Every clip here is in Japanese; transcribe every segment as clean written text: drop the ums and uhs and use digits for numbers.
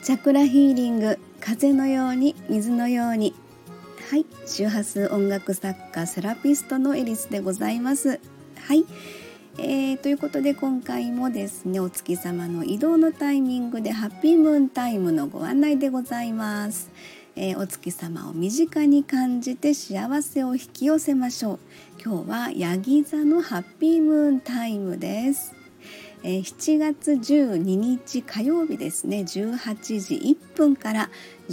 チャクラヒーリング、風のように水のように。はい、周波数音楽作家セラピストのエリスでございます。はい、ということで今回もですね、お月様の移動のタイミングでハッピームーンタイムのご案内でございます。お月様を身近に感じて幸せを引き寄せましょう。今日はヤギ座のハッピームーンタイムです。7月12日火曜日ですね、18時1分から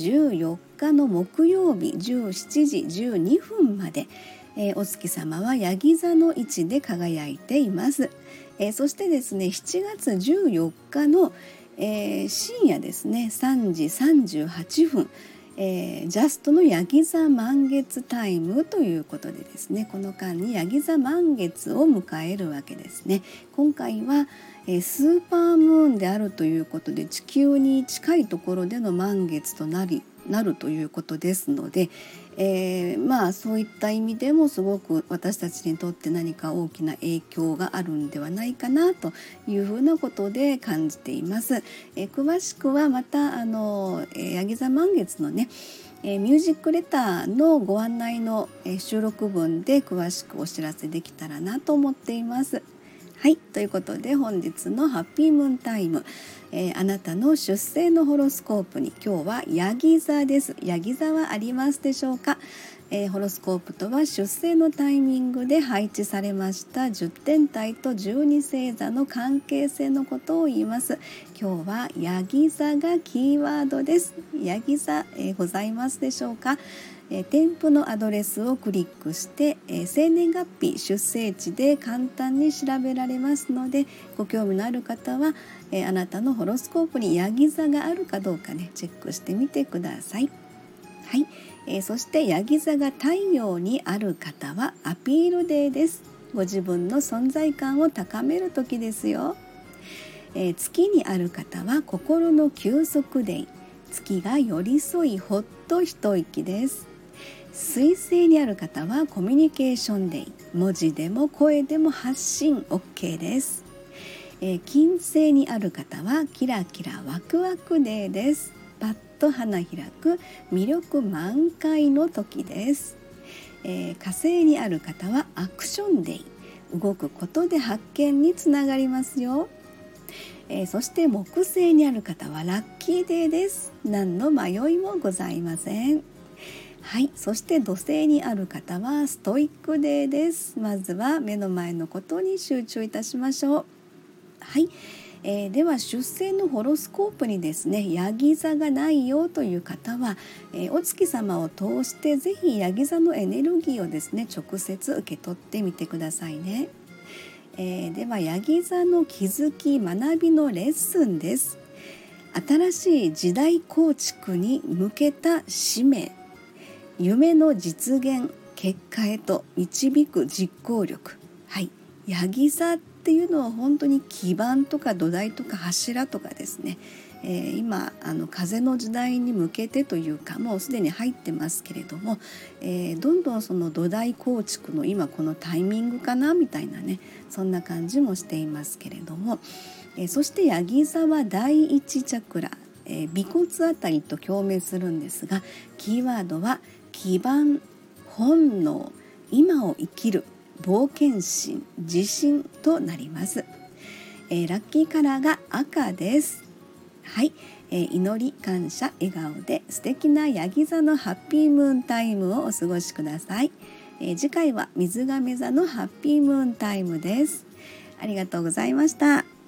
14日の木曜日17時12分まで、お月様はヤギ座の位置で輝いています。そしてですね、7月14日の、深夜ですね、3時38分、ジャストのヤギ座満月タイムということでですね、この間にヤギ座満月を迎えるわけですね。今回はスーパームーンであるということで、地球に近いところでの満月となるということですので、そういった意味でもすごく私たちにとって何か大きな影響があるんではないかなというふうなことで感じています。詳しくはまたヤギ座満月のね、ミュージックレターのご案内の収録文で詳しくお知らせできたらなと思っています。はい、ということで本日のハッピームーンタイム、あなたの出生のホロスコープに今日はヤギ座です。ヤギ座はありますでしょうか。ホロスコープとは出生のタイミングで配置されました10天体と12星座の関係性のことを言います。今日はヤギ座がキーワードです。ヤギ座、ございますでしょうか。添付のアドレスをクリックして、生年月日出生地で簡単に調べられますので、ご興味のある方は、あなたのホロスコープにヤギ座があるかどうかね、チェックしてみてください。はい、そしてヤギ座が太陽にある方はアピールデーです。ご自分の存在感を高める時ですよ。月にある方は心の休息デー、月が寄り添いほっと一息です。水星にある方はコミュニケーションデー、文字でも声でも発信 OK です。金星にある方はキラキラワクワクデーです。パッと花開く魅力満開の時です。火星にある方はアクションデー、動くことで発見につながりますよ。そして木星にある方はラッキーデーです。何の迷いもございません。はい、そして土星にある方はストイックデーです。まずは目の前のことに集中いたしましょう。はい、では出生のホロスコープにですね、ヤギ座がないよという方は、お月様を通してぜひヤギ座のエネルギーをですね、直接受け取ってみてくださいね。ではヤギ座の気づき学びのレッスンです。新しい時代構築に向けた使命、夢の実現、結果へと導く実行力。はい、ヤギ座っていうのは本当に基盤とか土台とか柱とかですね、今風の時代に向けてというか、もうすでに入ってますけれども、どんどんその土台構築の今このタイミングかなみたいなね、そんな感じもしていますけれども、そしてヤギ座は第一チャクラ、尾骨あたりと共鳴するんですが、キーワードは基盤、本能、今を生きる、冒険心、自信となります。ラッキーカラーが赤です。はい、祈り、感謝、笑顔で素敵なヤギ座のハッピームーンタイムをお過ごしください。次回は水亀座のハッピームーンタイムです。ありがとうございました。